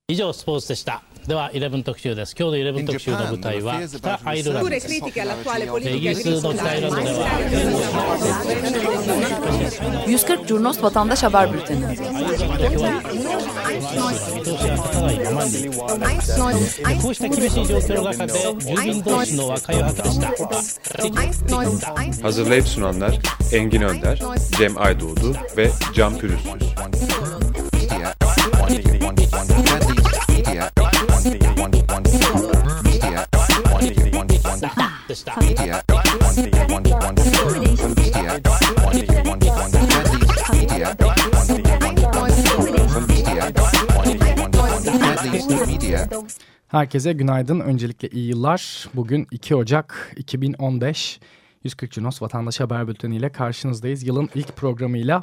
以上スポーツでした。では11特集です。今日の11特集の舞台は北アイルランドです。イギリスの北アイルランドでは 140 Curnos Vatandaş Haber Bülteni. Hazırlayıp sunanlar Engin Önder, Cem Aydoğdu ve Can Pürüzsüz. Herkese günaydın. Öncelikle iyi yıllar. Bugün 2 Ocak 2015. 140 Cunos Vatandaş Haber Bülteni ile karşınızdayız. Yılın ilk programıyla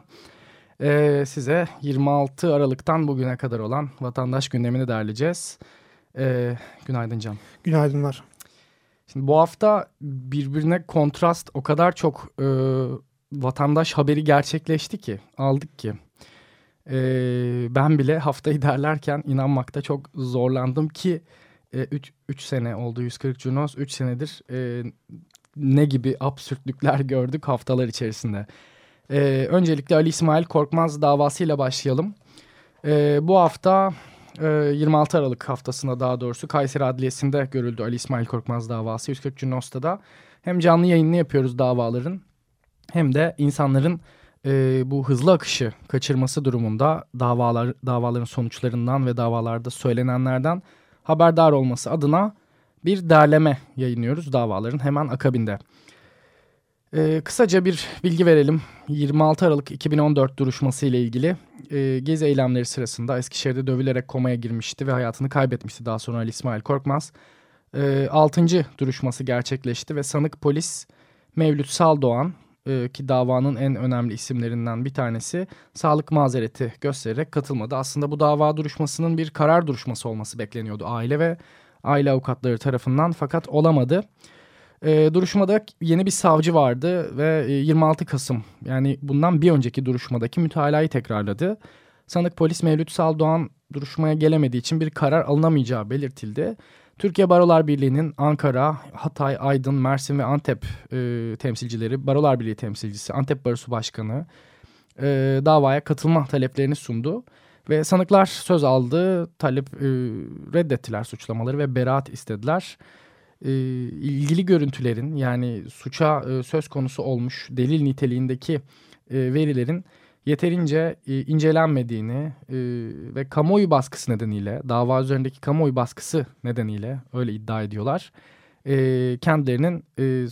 size 26 Aralık'tan bugüne kadar olan vatandaş gündemini derleyeceğiz. Günaydın Can. Günaydınlar. Şimdi bu hafta birbirine kontrast o kadar çok vatandaş haberi gerçekleşti ki, aldık ki. Ben bile haftayı derlerken inanmakta çok zorlandım ki 3 sene oldu 140 Cunos. 3 senedir ne gibi absürtlükler gördük haftalar içerisinde. Öncelikle Ali İsmail Korkmaz davasıyla başlayalım. Bu hafta 26 Aralık haftasında daha doğrusu Kayseri Adliyesi'nde görüldü Ali İsmail Korkmaz davası. 140 Cunos'ta da hem canlı yayınını yapıyoruz davaların hem de insanların bu hızlı akışı kaçırması durumunda davaların sonuçlarından ve davalarda söylenenlerden haberdar olması adına bir derleme yayınlıyoruz davaların hemen akabinde. Kısaca bir bilgi verelim. 26 Aralık 2014 duruşması ile ilgili gezi eylemleri sırasında Eskişehir'de dövülerek komaya girmişti ve hayatını kaybetmişti daha sonra Ali İsmail Korkmaz. 6. duruşması gerçekleşti ve sanık polis Mevlüt Saldoğan ki davanın en önemli isimlerinden bir tanesi sağlık mazereti göstererek katılmadı. Aslında bu dava duruşmasının bir karar duruşması olması bekleniyordu aile ve aile avukatları tarafından fakat olamadı. Duruşmada yeni bir savcı vardı ve 26 Kasım yani bundan bir önceki duruşmadaki mütalayı tekrarladı. Sanık polis Mevlüt Saldoğan duruşmaya gelemediği için bir karar alınamayacağı belirtildi. Türkiye Barolar Birliği'nin Ankara, Hatay, Aydın, Mersin ve Antep temsilcileri, Barolar Birliği temsilcisi, Antep Barosu Başkanı davaya katılma taleplerini sundu. Ve sanıklar söz aldı, reddettiler suçlamaları ve beraat istediler. İlgili görüntülerin yani suça söz konusu olmuş delil niteliğindeki verilerin yeterince incelenmediğini ve kamuoyu baskısı nedeniyle dava üzerindeki kamuoyu baskısı nedeniyle öyle iddia ediyorlar. Kendilerinin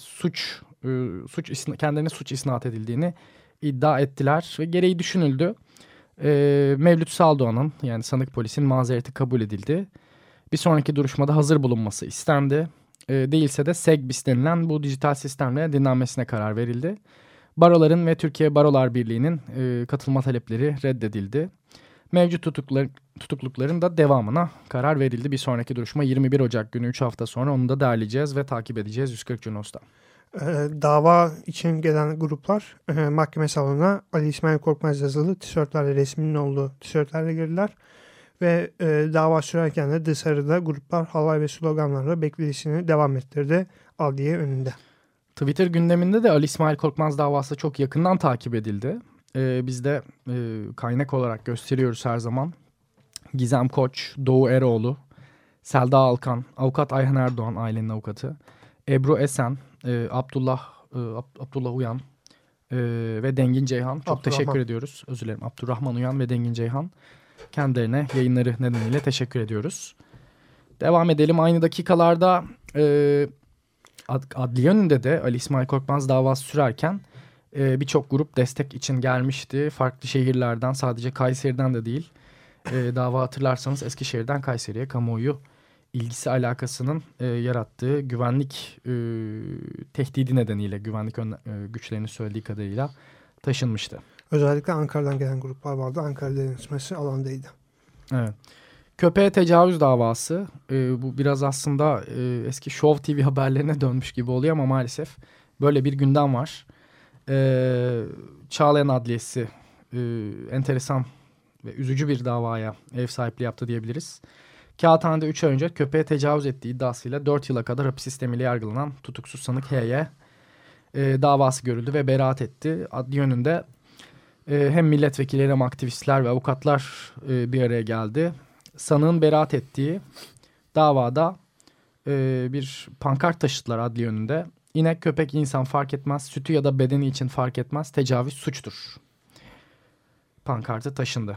kendilerine suç isnat edildiğini iddia ettiler ve gereği düşünüldü. Mevlüt Saldoğan'ın yani sanık polisin mazereti kabul edildi. Bir sonraki duruşmada hazır bulunması istendi. Değilse de SEGBİS denilen bu dijital sistemle dinlenmesine karar verildi. Baroların ve Türkiye Barolar Birliği'nin katılma talepleri reddedildi. Mevcut tutuklukların da devamına karar verildi. Bir sonraki duruşma 21 Ocak günü 3 hafta sonra onu da derleyeceğiz ve takip edeceğiz 140 Cunos'ta. Dava için gelen gruplar mahkeme salonuna Ali İsmail Korkmaz yazılı tişörtlerle resminin olduğu tişörtlerle girdiler. Ve dava sürerken de dışarıda gruplar halay ve sloganlarla bekleyişini devam ettirdi adliye önünde. Twitter gündeminde de Ali İsmail Korkmaz davası çok yakından takip edildi. Biz de kaynak olarak gösteriyoruz her zaman. Gizem Koç, Doğu Eroğlu, Selda Alkan, Avukat Ayhan Erdoğan ailenin avukatı, Ebru Esen, Abdullah Uyan ve Dengin Ceyhan. Çok teşekkür ediyoruz. Özür dilerim. Abdurrahman Uyan ve Dengin Ceyhan. Kendilerine yayınları nedeniyle teşekkür ediyoruz. Devam edelim. Aynı dakikalarda adliye önünde de Ali İsmail Korkmaz davası sürerken birçok grup destek için gelmişti. Farklı şehirlerden sadece Kayseri'den de değil. Dava hatırlarsanız Eskişehir'den Kayseri'ye kamuoyu ilgisi alakasının yarattığı güvenlik tehdidi nedeniyle güvenlik güçlerinin söylediği kadarıyla taşınmıştı. Özellikle Ankara'dan gelen gruplar vardı. Ankara denetmesi alandaydı. Evet. Köpeğe tecavüz davası. Bu biraz aslında eski Show TV haberlerine dönmüş gibi oluyor ama maalesef böyle bir gündem var. Çağlayan Adliyesi enteresan ve üzücü bir davaya ev sahipliği yaptı diyebiliriz. Kağıthane'de 3 ay önce köpeğe tecavüz ettiği iddiasıyla 4 yıla kadar hapis sistemiyle yargılanan tutuksuz sanık H'ye davası görüldü ve beraat etti. Adli yönünde hem milletvekilleri hem aktivistler ve avukatlar bir araya geldi. Sanığın beraat ettiği davada bir pankart taşıdılar adli yönünde. İnek, köpek, insan fark etmez, sütü ya da bedeni için fark etmez, tecavüz suçtur. Pankartı taşındı.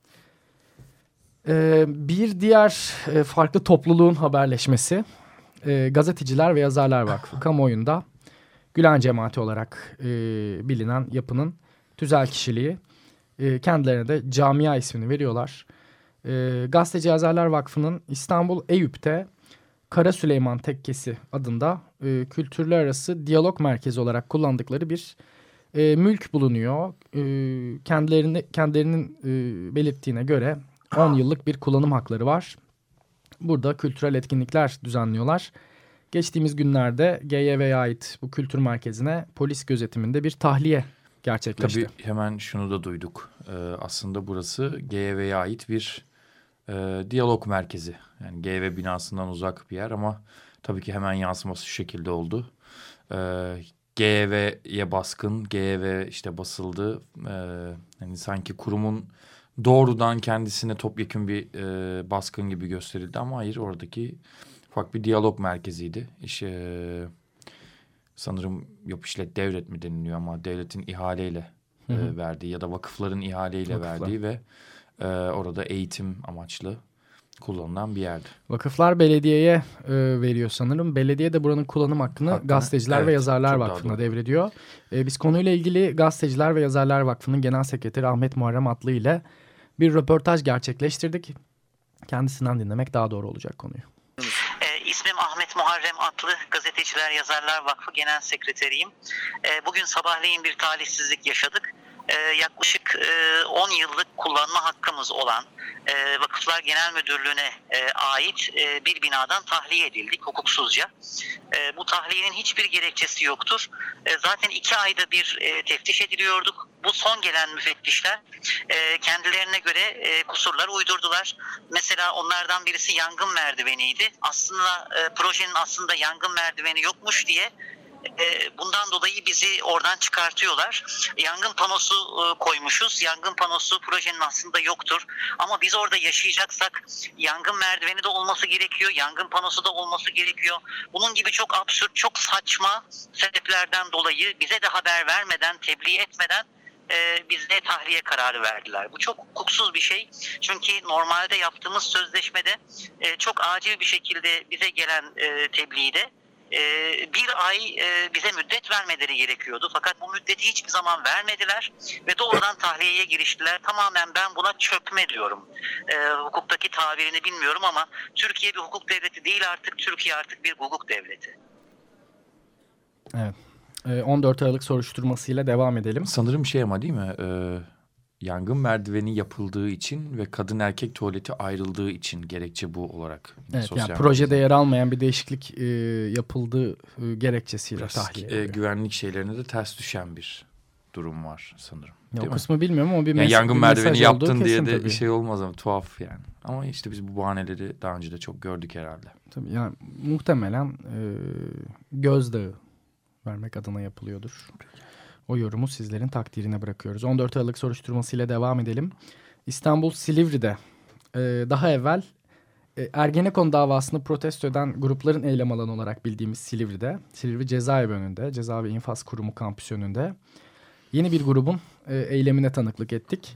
Bir diğer farklı topluluğun haberleşmesi, Gazeteciler ve Yazarlar Vakfı kamuoyunda Gülen Cemaati olarak bilinen yapının tüzel kişiliği, kendilerine de camia ismini veriyorlar. Gazeteci Yazarlar Vakfı'nın İstanbul Eyüp'te Kara Süleyman Tekkesi adında kültürler arası diyalog merkezi olarak kullandıkları bir mülk bulunuyor. Kendilerinin belirttiğine göre 10 yıllık bir kullanım hakları var. Burada kültürel etkinlikler düzenliyorlar. Geçtiğimiz günlerde GYV'ye ait bu kültür merkezine polis gözetiminde bir tahliye gerçekleşti. Tabii hemen şunu da duyduk. Aslında burası GYV'ye ait bir diyalog merkezi. Yani GYV binasından uzak bir yer ama tabii ki hemen yansıması şu şekilde oldu. GYV'ye baskın, GYV işte basıldı. Yani sanki kurumun doğrudan kendisine topyekun bir baskın gibi gösterildi ama hayır, oradaki ufak bir diyalog merkeziydi. Sanırım Yap İşlet Devlet mi deniliyor ama devletin ihaleyle verdiği ya da vakıfların ihaleyle verdiği ve orada eğitim amaçlı kullanılan bir yerdi. Vakıflar belediyeye veriyor sanırım. Belediye de buranın kullanım hakkını Gazeteciler ve Yazarlar Vakfı'na devrediyor. Biz konuyla ilgili Gazeteciler ve Yazarlar Vakfı'nın Genel Sekreteri Ahmet Muharrem Atlı ile bir röportaj gerçekleştirdik. Kendisinden dinlemek daha doğru olacak konuyu. İsmim Ahmet Muharrem Atlı, Gazeteciler Yazarlar Vakfı Genel Sekreteriyim. Bugün sabahleyin bir talihsizlik yaşadık. Yaklaşık 10 yıllık kullanma hakkımız olan Vakıflar Genel Müdürlüğü'ne ait bir binadan tahliye edildik hukuksuzca. Bu tahliyenin hiçbir gerekçesi yoktur. Zaten 2 ayda bir teftiş ediliyorduk. Bu son gelen müfettişler kendilerine göre kusurlar uydurdular. Mesela onlardan birisi yangın merdiveniydi. Aslında projenin aslında yangın merdiveni yokmuş diye bundan dolayı bizi oradan çıkartıyorlar. Yangın panosu koymuşuz. Yangın panosu projenin aslında yoktur. Ama biz orada yaşayacaksak yangın merdiveni de olması gerekiyor. Yangın panosu da olması gerekiyor. Bunun gibi çok absürt, çok saçma sebeplerden dolayı bize de haber vermeden, tebliğ etmeden bize tahliye kararı verdiler. Bu çok hukuksuz bir şey. Çünkü normalde yaptığımız sözleşmede çok acil bir şekilde bize gelen tebliğde bir ay bize müddet vermeleri gerekiyordu. Fakat bu müddeti hiçbir zaman vermediler ve doğrudan tahliyeye giriştiler. Tamamen ben buna çökme diyorum. Hukuktaki tabirini bilmiyorum ama Türkiye bir hukuk devleti değil artık. Türkiye artık bir hukuk devleti. Evet. 14 Aralık soruşturmasıyla devam edelim. Sanırım ama değil mi? Yangın merdiveni yapıldığı için ve kadın erkek tuvaleti ayrıldığı için gerekçe bu olarak. Evet, yani projede yer almayan bir değişiklik yapıldığı gerekçesiyle tahliye. Güvenlik şeylerine de ters düşen bir durum var sanırım. Ya o kısmı bilmiyorum ama yani yangın merdiveni yaptın diye de tabii. Şey olmaz ama tuhaf yani. Ama işte biz bu bahaneleri daha önce de çok gördük herhalde. Tabii yani muhtemelen gözdağı vermek adına yapılıyordur. O yorumu sizlerin takdirine bırakıyoruz. 14 Aralık soruşturmasıyla devam edelim. İstanbul Silivri'de daha evvel Ergenekon davasını protesto eden grupların eylem alanı olarak bildiğimiz Silivri'de, Silivri Cezaevi önünde, Ceza ve İnfaz Kurumu kampüsü önünde yeni bir grubun eylemine tanıklık ettik.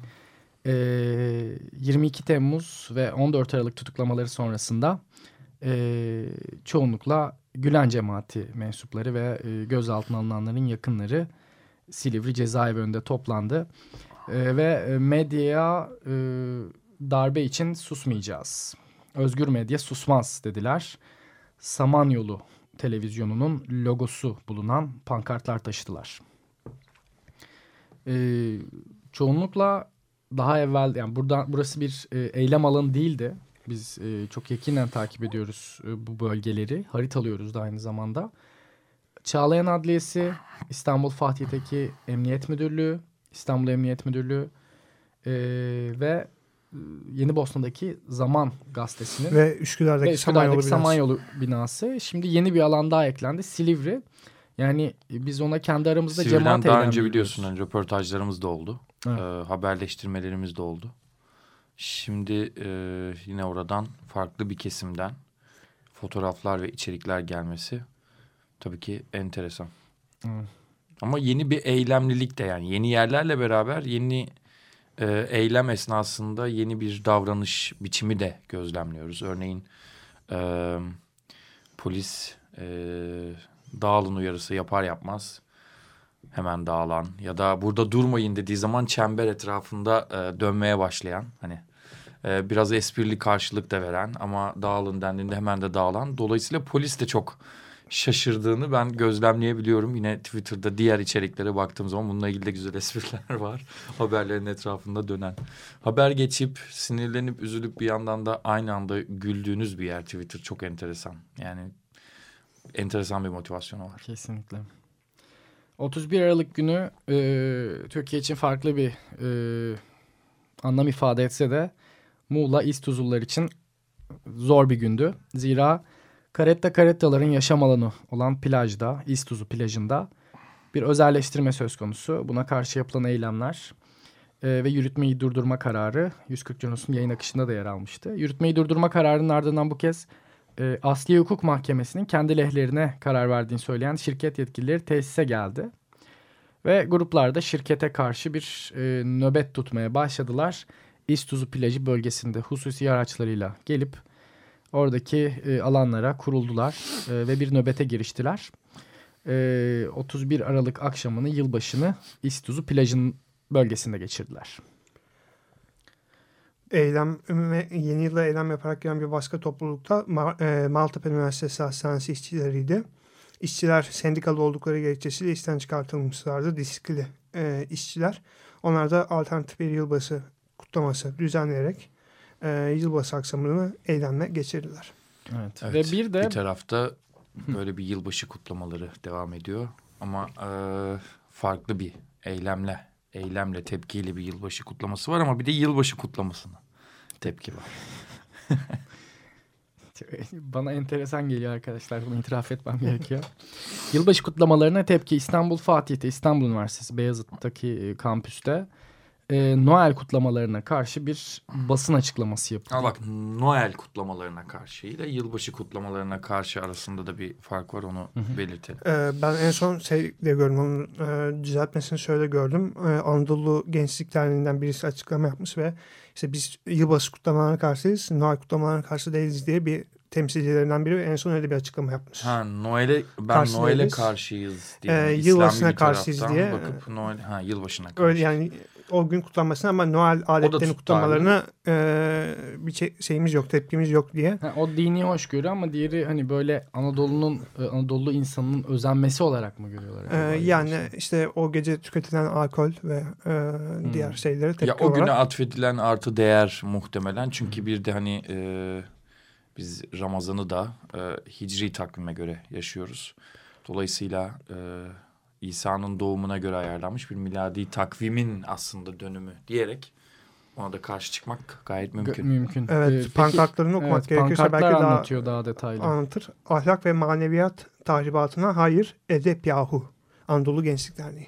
22 Temmuz ve 14 Aralık tutuklamaları sonrasında çoğunlukla Gülen Cemaati mensupları ve gözaltına alınanların yakınları Silivri Cezaevi önünde toplandı. Ve medyaya darbe için susmayacağız. Özgür medya susmaz dediler. Samanyolu televizyonunun logosu bulunan pankartlar taşıdılar. Çoğunlukla daha evvel yani burası bir eylem alanı değildi. Biz çok yakinen takip ediyoruz bu bölgeleri. Haritalıyoruz da aynı zamanda. Çağlayan Adliyesi, İstanbul Fatih'teki Emniyet Müdürlüğü, İstanbul Emniyet Müdürlüğü, ve Yeni Bosna'daki Zaman gazetesinin ve Üsküdar'daki Samanyolu binası. Şimdi yeni bir alan daha eklendi. Silivri. Yani biz ona kendi aramızda Silivri'den cemaat daha eylemi önce diyoruz. biliyorsun hani röportajlarımız da oldu. Evet. Haberleştirmelerimiz de oldu. Şimdi yine oradan farklı bir kesimden fotoğraflar ve içerikler gelmesi tabii ki enteresan. Evet. Ama yeni bir eylemlilik de, yani yeni yerlerle beraber yeni eylem esnasında yeni bir davranış biçimi de gözlemliyoruz. Örneğin polis dağılın uyarısı yapar yapmaz hemen dağılan ya da burada durmayın dediği zaman çember etrafında dönmeye başlayan, hani biraz esprili karşılık da veren ama dağılın dendiğinde hemen de dağılan. Dolayısıyla polis de çok şaşırdığını ben gözlemleyebiliyorum. Yine Twitter'da diğer içeriklere baktığım zaman bununla ilgili de güzel espriler var. Haberlerin etrafında dönen. Haber geçip sinirlenip üzülüp bir yandan da aynı anda güldüğünüz bir yer Twitter. Çok enteresan. Yani enteresan bir motivasyonu var. Kesinlikle. 31 Aralık günü Türkiye için farklı bir anlam ifade etse de Muğla İztuzlular için zor bir gündü. Zira Karettaların yaşam alanı olan plajda, İztuzu plajında bir özelleştirme söz konusu. Buna karşı yapılan eylemler ve yürütmeyi durdurma kararı 140 Cunos'un yayın akışında da yer almıştı. Yürütmeyi durdurma kararının ardından bu kez Asliye Hukuk Mahkemesi'nin kendi lehlerine karar verdiğini söyleyen şirket yetkilileri tesise geldi. Ve gruplar da şirkete karşı bir nöbet tutmaya başladılar. İztuzu plajı bölgesinde hususi araçlarıyla gelip oradaki alanlara kuruldular ve bir nöbete giriştiler. 31 Aralık akşamını, yılbaşını İztuzu plajının bölgesinde geçirdiler. Yeni yılda eylem yaparak gelen bir başka toplulukta Maltepe Üniversitesi Hastanesi işçileriydi. İşçiler sendikalı oldukları gerekçesiyle işten çıkartılmışlardı, diskli işçiler. Onlar da alternatif bir yılbaşı kutlaması düzenleyerek yılbaşı akşamını eylemle geçirdiler. Evet. Ve bir tarafta böyle bir yılbaşı kutlamaları devam ediyor ama farklı bir eylemle tepkiyle bir yılbaşı kutlaması var ama bir de yılbaşı kutlamasına tepki var. Bana enteresan geliyor arkadaşlar, bunu itiraf etmem gerekiyor. Yılbaşı kutlamalarına tepki İstanbul Fatih'te, İstanbul Üniversitesi Beyazıt'taki kampüste Noel kutlamalarına karşı bir basın açıklaması yapıldı. Ama bak, Noel kutlamalarına karşı ile yılbaşı kutlamalarına karşı arasında da bir fark var, onu belirtelim. Ben en son de gördüm, onun düzeltmesini şöyle gördüm. Anadolu Gençlik Derneği'nden birisi açıklama yapmış ve işte biz yılbaşı kutlamalarına karşıyız, Noel kutlamalarına karşı değiliz diye bir temsilcilerinden biri en son öyle bir açıklama yapmış. Noel'e karşıyız diye. Yılbaşına karşıyız diye. Bakıp yılbaşına karşı. Öyle yani o gün kutlanmasına ama Noel adetlerini kutlamalarına bir şeyimiz yok, tepkimiz yok diye. O dini hoşgörü ama diğeri hani böyle Anadolu insanının özenmesi olarak mı görüyorlar? Yani işte o gece tüketilen alkol ve diğer şeyleri tepki olarak. O güne atfedilen artı değer muhtemelen. Çünkü bir de hani biz Ramazan'ı da hicri takvime göre yaşıyoruz. Dolayısıyla İsa'nın doğumuna göre ayarlanmış bir miladi takvimin aslında dönümü diyerek ona da karşı çıkmak gayet mümkün. Evet, pankartlarını okumak gerekirse belki daha detaylı anlatır. Ahlak ve maneviyat tahribatına hayır, edep yahu. Anadolu Gençlik Derneği.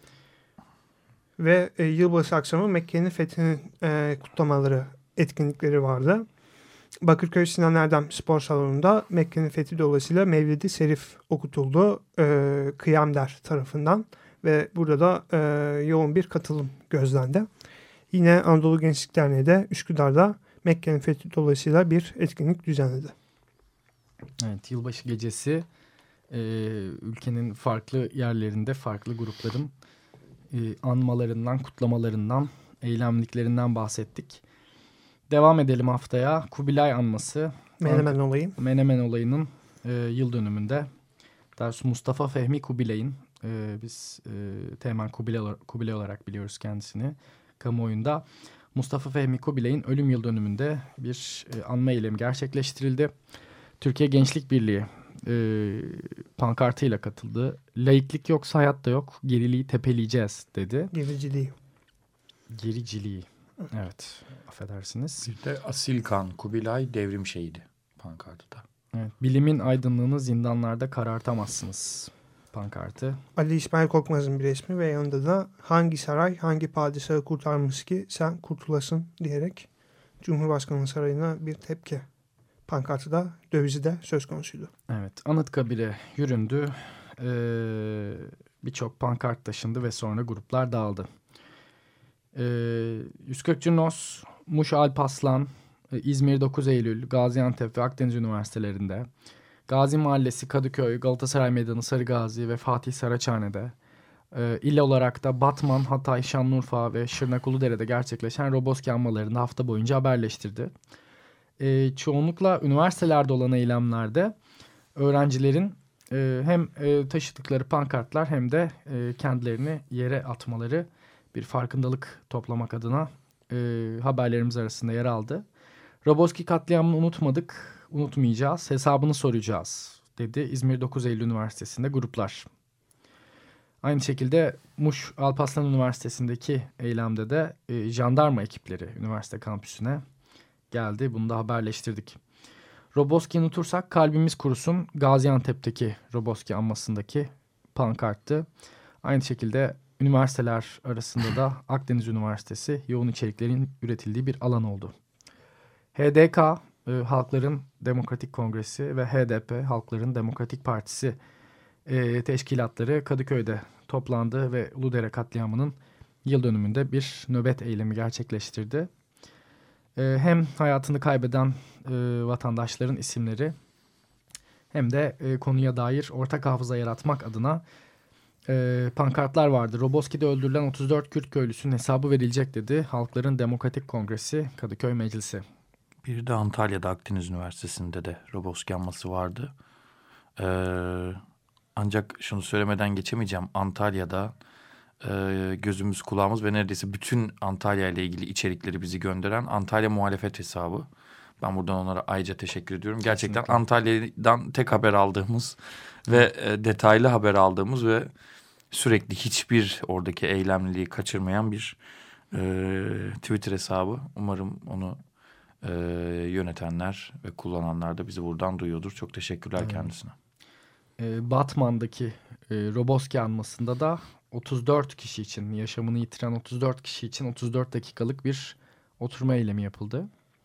Ve yılbaşı akşamı Mekke'nin fethinin kutlamaları, etkinlikleri vardı. Bakırköy Sinan Erdem Spor Salonu'nda Mekke'nin fethi dolayısıyla Mevlid-i Şerif okutuldu Kıyamder tarafından ve burada da yoğun bir katılım gözlendi. Yine Anadolu Gençlik Derneği de Üsküdar'da Mekke'nin fethi dolayısıyla bir etkinlik düzenledi. Evet, yılbaşı gecesi ülkenin farklı yerlerinde farklı grupların anmalarından, kutlamalarından, eylemliklerinden bahsettik. Devam edelim haftaya. Kubilay anması. Menemen olayının yıl dönümünde. Daha doğrusu Mustafa Fehmi Kubilay'ın, biz Teğmen Kubilay olarak biliyoruz kendisini kamuoyunda. Mustafa Fehmi Kubilay'ın ölüm yıl dönümünde bir anma eylemi gerçekleştirildi. Türkiye Gençlik Birliği pankartıyla katıldı. Laiklik yoksa hayat da yok. Geriliği tepeleyeceğiz dedi. Gericiliği. Gericiliği. Evet, affedersiniz. Bir de Asil Kan, Kubilay devrim şehidi pankartı da. Evet, bilimin aydınlığını zindanlarda karartamazsınız pankartı. Ali İsmail Korkmaz'ın bir resmi ve yanında da hangi saray hangi padişahı kurtarmış ki sen kurtulasın diyerek Cumhurbaşkanı Sarayı'na bir tepki pankartı da dövizi de söz konusuydu. Evet, Anıtkabir'e yüründü. Birçok pankart taşındı ve sonra gruplar dağıldı. 140 Cunos, Muş Alparslan, İzmir 9 Eylül, Gaziantep ve Akdeniz Üniversitelerinde, Gazi Mahallesi, Kadıköy, Galatasaray Meydanı, Sarıgazi ve Fatih Saraçhane'de, il olarak da Batman, Hatay, Şanlıurfa ve Şırnak Uludere'de gerçekleşen Roboski anmalarını hafta boyunca haberleştirdi. Çoğunlukla üniversitelerde olan eylemlerde öğrencilerin hem taşıdıkları pankartlar hem de kendilerini yere atmaları bir farkındalık toplamak adına haberlerimiz arasında yer aldı. Roboski katliamını unutmadık, unutmayacağız, hesabını soracağız dedi İzmir 9 Eylül Üniversitesi'nde gruplar. Aynı şekilde Muş Alparslan Üniversitesi'ndeki eylemde de jandarma ekipleri üniversite kampüsüne geldi. Bunu da haberleştirdik. Roboski'yi unutursak kalbimiz kurusun. Gaziantep'teki Roboski anmasındaki pankarttı. Aynı şekilde üniversiteler arasında da Akdeniz Üniversitesi yoğun içeriklerin üretildiği bir alan oldu. HDK, Halkların Demokratik Kongresi ve HDP, Halkların Demokratik Partisi teşkilatları Kadıköy'de toplandı ve Uludere katliamının yıl dönümünde bir nöbet eylemi gerçekleştirdi. Hem hayatını kaybeden vatandaşların isimleri hem de konuya dair ortak hafıza yaratmak adına pankartlar vardı. Roboski'de öldürülen 34 Kürt köylüsünün hesabı verilecek dedi Halkların Demokratik Kongresi Kadıköy Meclisi. Bir de Antalya'da Akdeniz Üniversitesi'nde de Roboski anması vardı. Ancak şunu söylemeden geçemeyeceğim. Antalya'da gözümüz kulağımız ve neredeyse bütün Antalya ile ilgili içerikleri bizi gönderen Antalya Muhalefet Hesabı. Ben buradan onlara ayrıca teşekkür ediyorum. Gerçekten kesinlikle Antalya'dan tek haber aldığımız ve detaylı haber aldığımız ve sürekli hiçbir oradaki eylemliliği kaçırmayan bir Twitter hesabı. Umarım onu yönetenler ve kullananlar da bizi buradan duyuyordur. Çok teşekkürler kendisine. Batman'daki Roboski anmasında da 34 kişi için, yaşamını yitiren 34 kişi için 34 dakikalık bir oturma eylemi yapıldı.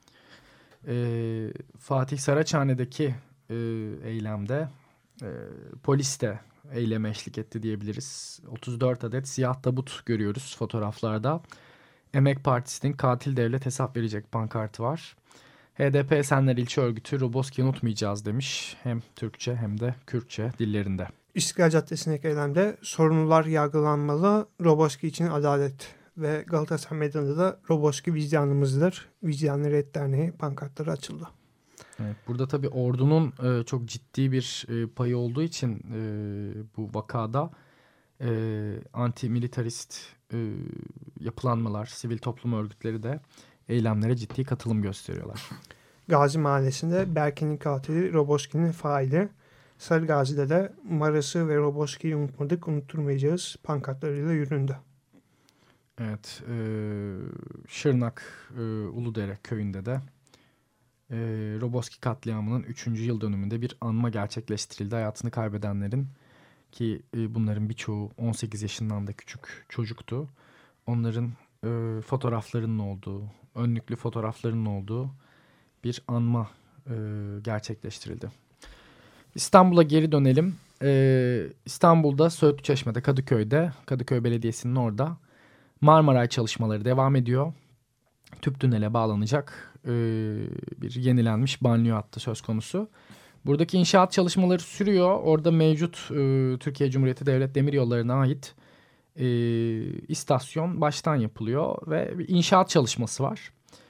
Fatih Saraçhane'deki eylemde polis de eyleme eşlik etti diyebiliriz. 34 adet siyah tabut görüyoruz fotoğraflarda. Emek Partisi'nin katil devlet hesap verecek pankartı var. HDP Esenler İlçe Örgütü Roboski'yi unutmayacağız demiş. Hem Türkçe hem de Kürtçe dillerinde. İstiklal Caddesi'ndeki eylemde sorumlular yargılanmalı, Roboski için adalet ve Galatasaray Meydanı'nda da Roboski vicdanımızdır. Vicdanı Red Derneği pankartları açıldı. Evet, burada tabii ordunun çok ciddi bir payı olduğu için bu vakada anti-militarist yapılanmalar, sivil toplum örgütleri de eylemlere ciddi katılım gösteriyorlar. Gazi Mahallesi'nde Berke'nin katili Roboski'nin faili, Sarıgazi'de de Maras'ı ve Roboski'yi unutmadık, unutturmayacağız pankartlarıyla yüründü. Evet, Şırnak Uludere köyünde de Roboski katliamının 3. yıl dönümünde bir anma gerçekleştirildi. Hayatını kaybedenlerin, ki bunların birçoğu 18 yaşından da küçük çocuktu. Onların fotoğraflarının olduğu, önlüklü fotoğraflarının olduğu bir anma gerçekleştirildi. İstanbul'a geri dönelim. İstanbul'da Söğütlüçeşme'de, Kadıköy'de, Kadıköy Belediyesi'nin orada Marmaray çalışmaları devam ediyor. Tüp tünele bağlanacak bir yenilenmiş banliyö hattı söz konusu. Buradaki inşaat çalışmaları sürüyor. Orada mevcut Türkiye Cumhuriyeti Devlet Demiryolları'na ait istasyon baştan yapılıyor ve bir inşaat çalışması var.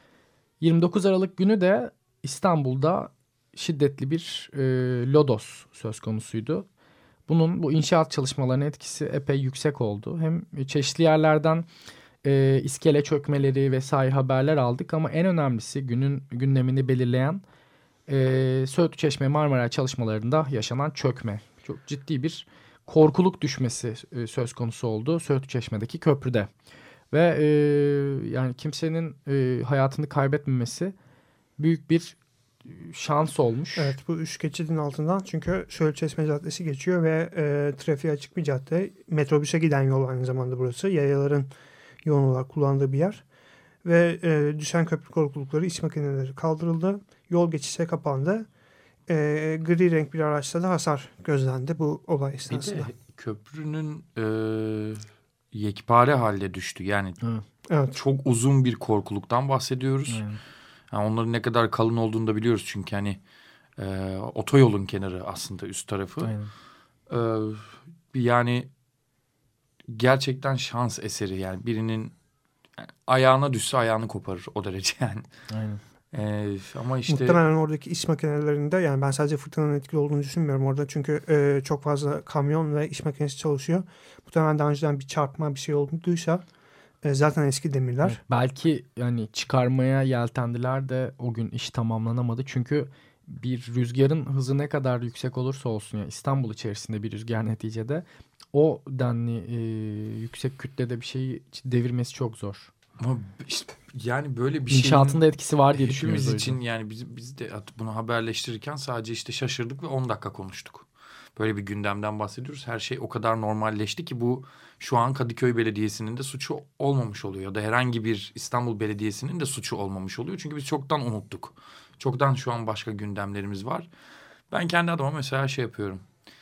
29 Aralık günü de İstanbul'da şiddetli bir lodos söz konusuydu. Bu inşaat çalışmalarının etkisi epey yüksek oldu. Hem çeşitli yerlerden iskele çökmeleri vesaire haberler aldık ama en önemlisi günün gündemini belirleyen Söğütlüçeşme Marmaray çalışmalarında yaşanan çökme. Çok ciddi bir korkuluk düşmesi söz konusu oldu Söğütlüçeşme'deki köprüde. Ve yani kimsenin hayatını kaybetmemesi büyük bir şans olmuş. Evet, bu 3 geçidin altından, çünkü Söğütçeşme Caddesi geçiyor ve trafiğe açık bir cadde. Metrobüse giden yol aynı zamanda burası. Yayaların yoğun olarak kullandığı bir yer. Ve düşen köprü korkulukları, iç makineleri kaldırıldı. Yol geçişe kapandı. Gri renk bir araçta da hasar gözlendi bu olay esnasında. Bir de köprünün yekpare halde düştü. Yani evet. Çok uzun bir korkuluktan bahsediyoruz. Yani onların ne kadar kalın olduğunu da biliyoruz. Çünkü hani otoyolun kenarı aslında üst tarafı. Yani gerçekten şans eseri. Yani birinin ayağına düşse ayağını koparır o derece yani. Aynen. Ama işte muhtemelen oradaki iş makinelerinde, yani ben sadece fırtınanın etkili olduğunu düşünmüyorum orada. Çünkü çok fazla kamyon ve iş makinesi çalışıyor. Muhtemelen daha önceden bir çarpma, bir şey olduysa zaten eski demirler. Evet, belki yani çıkarmaya yeltendiler de o gün iş tamamlanamadı. Çünkü bir rüzgarın hızı ne kadar yüksek olursa olsun, yani İstanbul içerisinde bir rüzgar neticede, o denli yüksek kütlede bir şeyi devirmesi çok zor. Ama işte yani böyle bir şeyin İnşaatında etkisi var diye düşünüyoruz. Hepimiz için yani biz de bunu haberleştirirken sadece işte şaşırdık ve 10 dakika konuştuk. Böyle bir gündemden bahsediyoruz. Her şey o kadar normalleşti ki bu şu an Kadıköy Belediyesi'nin de suçu olmamış oluyor. Ya da herhangi bir İstanbul Belediyesi'nin de suçu olmamış oluyor. Çünkü biz çoktan unuttuk. Çoktan şu an başka gündemlerimiz var. Ben kendi adıma mesela şey yapıyorum.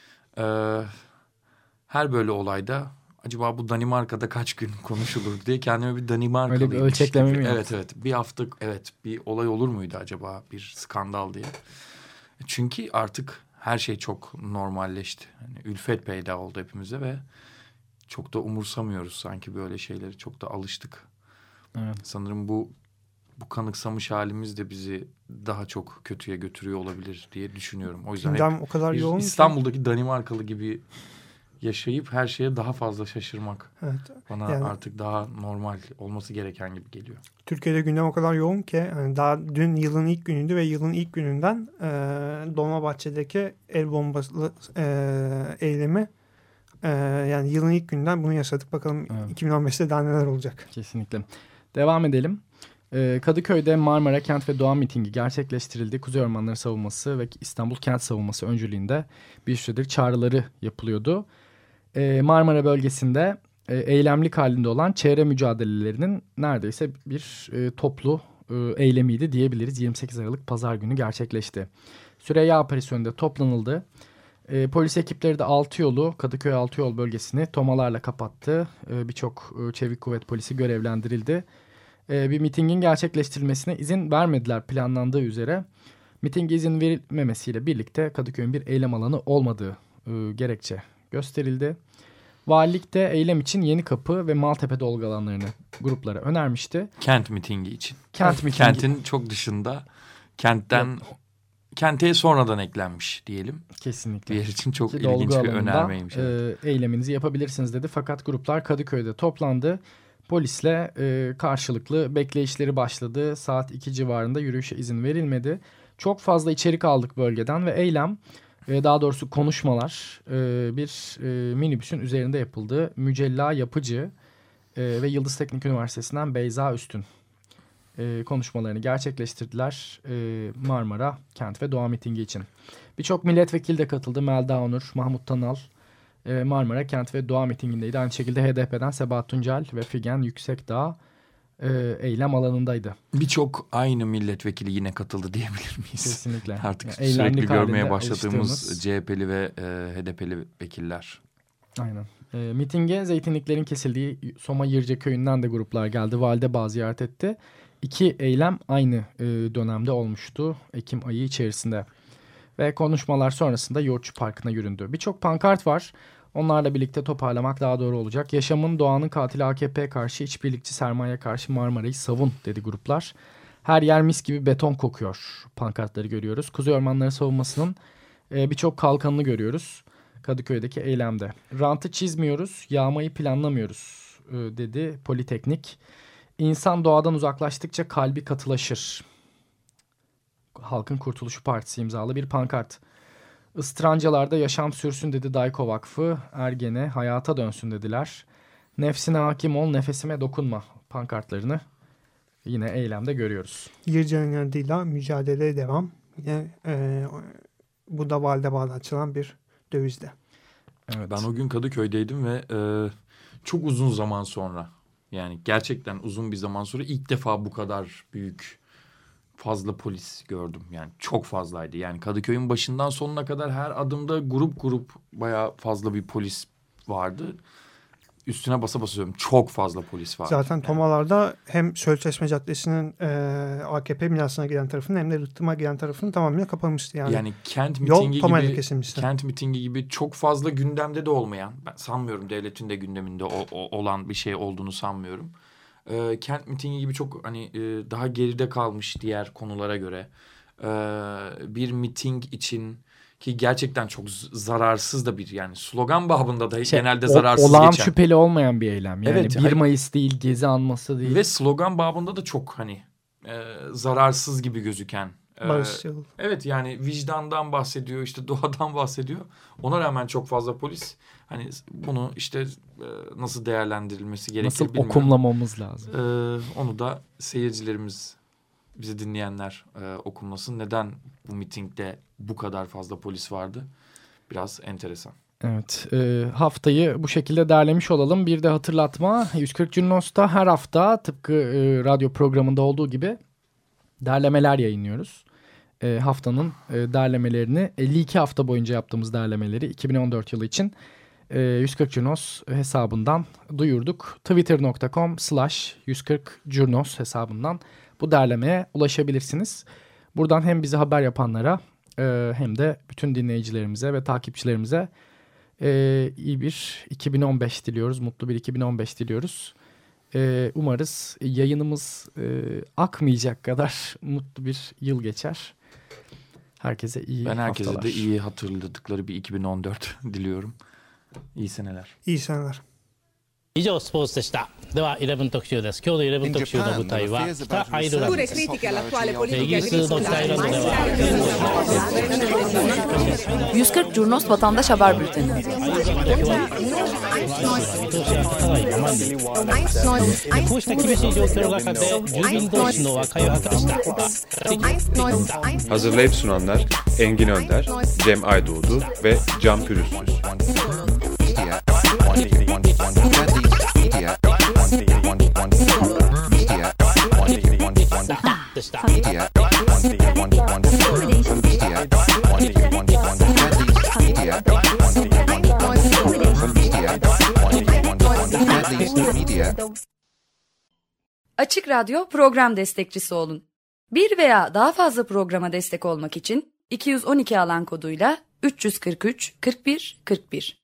Her böyle olayda acaba bu Danimarka'da kaç gün konuşulur diye kendime bir Danimarkalıymış. Öyle bir ölçekleme mi Evet. Bir hafta bir olay olur muydu acaba, bir skandal diye. Çünkü artık her şey çok normalleşti. Yani ülfet peyda oldu hepimize ve çok da umursamıyoruz sanki böyle şeyleri. Çok da alıştık. Evet. Sanırım bu kanıksamış halimiz de bizi daha çok kötüye götürüyor olabilir diye düşünüyorum. O yüzden gündem o kadar yoğun İstanbul'daki Danimarkalı gibi yaşayıp her şeye daha fazla şaşırmak bana yani artık daha normal olması gereken gibi geliyor. Türkiye'de gündem o kadar yoğun ki yani daha dün yılın ilk günüydü ve yılın ilk gününden Dolmabahçe'deki el bombası eylemi, yani yılın ilk günden bunu yaşadık. Bakalım 2015'te daha neler olacak. Kesinlikle. Devam edelim. Kadıköy'de Marmara Kent ve Doğa mitingi gerçekleştirildi. Kuzey Ormanları Savunması ve İstanbul Kent Savunması öncülüğünde bir süredir çağrıları yapılıyordu. Marmara bölgesinde eylemlik halinde olan çevre mücadelelerinin neredeyse bir toplu eylemiydi diyebiliriz. 28 Aralık Pazar günü gerçekleşti. Süreyya Operasyon'da toplanıldı. Polis ekipleri de Kadıköy Altıyol bölgesini tomalarla kapattı. Birçok çevik kuvvet polisi görevlendirildi. Bir mitingin gerçekleştirilmesine izin vermediler planlandığı üzere. Mitinge izin verilmemesiyle birlikte Kadıköy'ün bir eylem alanı olmadığı gerekçe gösterildi. Valilik de eylem için Yenikapı ve Maltepe dolgu alanlarını gruplara önermişti. Kent mitingi için. Kentin çok dışında, kente sonradan eklenmiş diyelim. Kesinlikle. Bir yer için çok ilginç bir önermeymiş. Eyleminizi yapabilirsiniz dedi. Fakat gruplar Kadıköy'de toplandı. Polisle karşılıklı bekleyişleri başladı. Saat 2 civarında yürüyüşe izin verilmedi. Çok fazla içerik aldık bölgeden ve eylem, daha doğrusu konuşmalar bir minibüsün üzerinde yapıldı. Mücella Yapıcı ve Yıldız Teknik Üniversitesi'nden Beyza Üstün konuşmalarını gerçekleştirdiler Marmara Kent ve Doğa mitingi için. Birçok milletvekili de katıldı. Melda Onur, Mahmut Tanal Marmara Kent ve Doğa mitingindeydi. Aynı şekilde HDP'den Sebahat Tuncel ve Figen Yüksekdağ eylem alanındaydı. Birçok aynı milletvekili yine katıldı diyebilir miyiz? Kesinlikle. Artık yani sürekli görmeye başladığımız CHP'li ve HDP'li vekiller. Aynen. Mitinge zeytinliklerin kesildiği Soma Yırca köyünden de gruplar geldi. Validebağ ziyaret etti. 2 eylem aynı dönemde olmuştu. Ekim ayı içerisinde. Ve konuşmalar sonrasında Yoğurtçu Parkı'na yüründü. Birçok pankart var. Onlarla birlikte toparlamak daha doğru olacak. Yaşamın, doğanın katili AKP'ye karşı, işbirlikçi sermaye karşı Marmara'yı savun dedi gruplar. Her yer mis gibi beton kokuyor pankartları görüyoruz. Kuzey Ormanları Savunması'nın birçok kalkanını görüyoruz Kadıköy'deki eylemde. Rantı çizmiyoruz, yağmayı planlamıyoruz dedi Politeknik. İnsan doğadan uzaklaştıkça kalbi katılaşır. Halkın Kurtuluşu Partisi imzalı bir pankart. Istrancalarda yaşam sürsün dedi Dayko Vakfı. Ergene hayata dönsün dediler. Nefsine hakim ol, nefesime dokunma pankartlarını yine eylemde görüyoruz. Yircan inadıyla mücadeleye devam. Yine bu da Valdebağ'da açılan bir dövizde. Evet. Ben o gün Kadıköy'deydim ve çok uzun zaman sonra, yani gerçekten uzun bir zaman sonra ilk defa bu kadar büyük, fazla polis gördüm. Yani çok fazlaydı. Yani Kadıköy'ün başından sonuna kadar her adımda grup bayağı fazla bir polis vardı. Üstüne basa basa söylüyorum. Çok fazla polis vardı. Zaten Tomalar'da hem Söğütçeşme Caddesi'nin AKP binasına giden tarafının hem de Rıhtım'a giden tarafının tamamıyla kapanmıştı. Yani kent mitingi gibi çok fazla gündemde de olmayan, ben sanmıyorum devletin de gündeminde olan bir şey olduğunu sanmıyorum. Kent mitingi gibi çok daha geride kalmış diğer konulara göre bir miting için, ki gerçekten çok zararsız da bir, yani slogan babında da genelde zararsız olağan geçen. Şüpheli olmayan bir eylem. Yani evet, 1 Mayıs değil, Gezi anması değil. Ve slogan babında da çok zararsız gibi gözüken. Barışçıl. Evet, yani vicdandan bahsediyor, işte doğadan bahsediyor. Ona rağmen çok fazla polis. Hani bunu işte nasıl değerlendirilmesi gerekir nasıl bilmiyorum. okumlamamız lazım. Onu da seyircilerimiz, bizi dinleyenler okumlasın. Neden bu mitingde bu kadar fazla polis vardı? Biraz enteresan. Evet, haftayı bu şekilde derlemiş olalım. Bir de hatırlatma, 140 Curnos'ta her hafta tıpkı radyo programında olduğu gibi derlemeler yayınlıyoruz. Haftanın derlemelerini, 52 hafta boyunca yaptığımız derlemeleri 2014 yılı için 140 Curnos hesabından duyurduk. Twitter.com/140 Curnos hesabından bu derlemeye ulaşabilirsiniz. Buradan hem bize haber yapanlara hem de bütün dinleyicilerimize ve takipçilerimize iyi bir 2015 diliyoruz. Mutlu bir 2015 diliyoruz. Umarız yayınımız akmayacak kadar mutlu bir yıl geçer. Herkese iyi haftalar. Ben herkese de iyi hatırladıkları bir 2014 diliyorum. İyi seneler. İyi seneler. 以上スポーツでした。では11特集です。今日の11特集の舞台は北アイルランドです。イギリスの北アイルランドでは 140 Curnos Vatandaş Haber Bülteni. 見通しが立たないままにこうした厳しい状況の中で住民同士の和解を図りした。 Hazırlayıp sunanlar Engin Önder, Cem Aydoğdu ve Can Pürüzsüz. Açık Radyo program destekçisi olun. Bir veya daha fazla programa destek olmak için 212 alan koduyla 343 41 41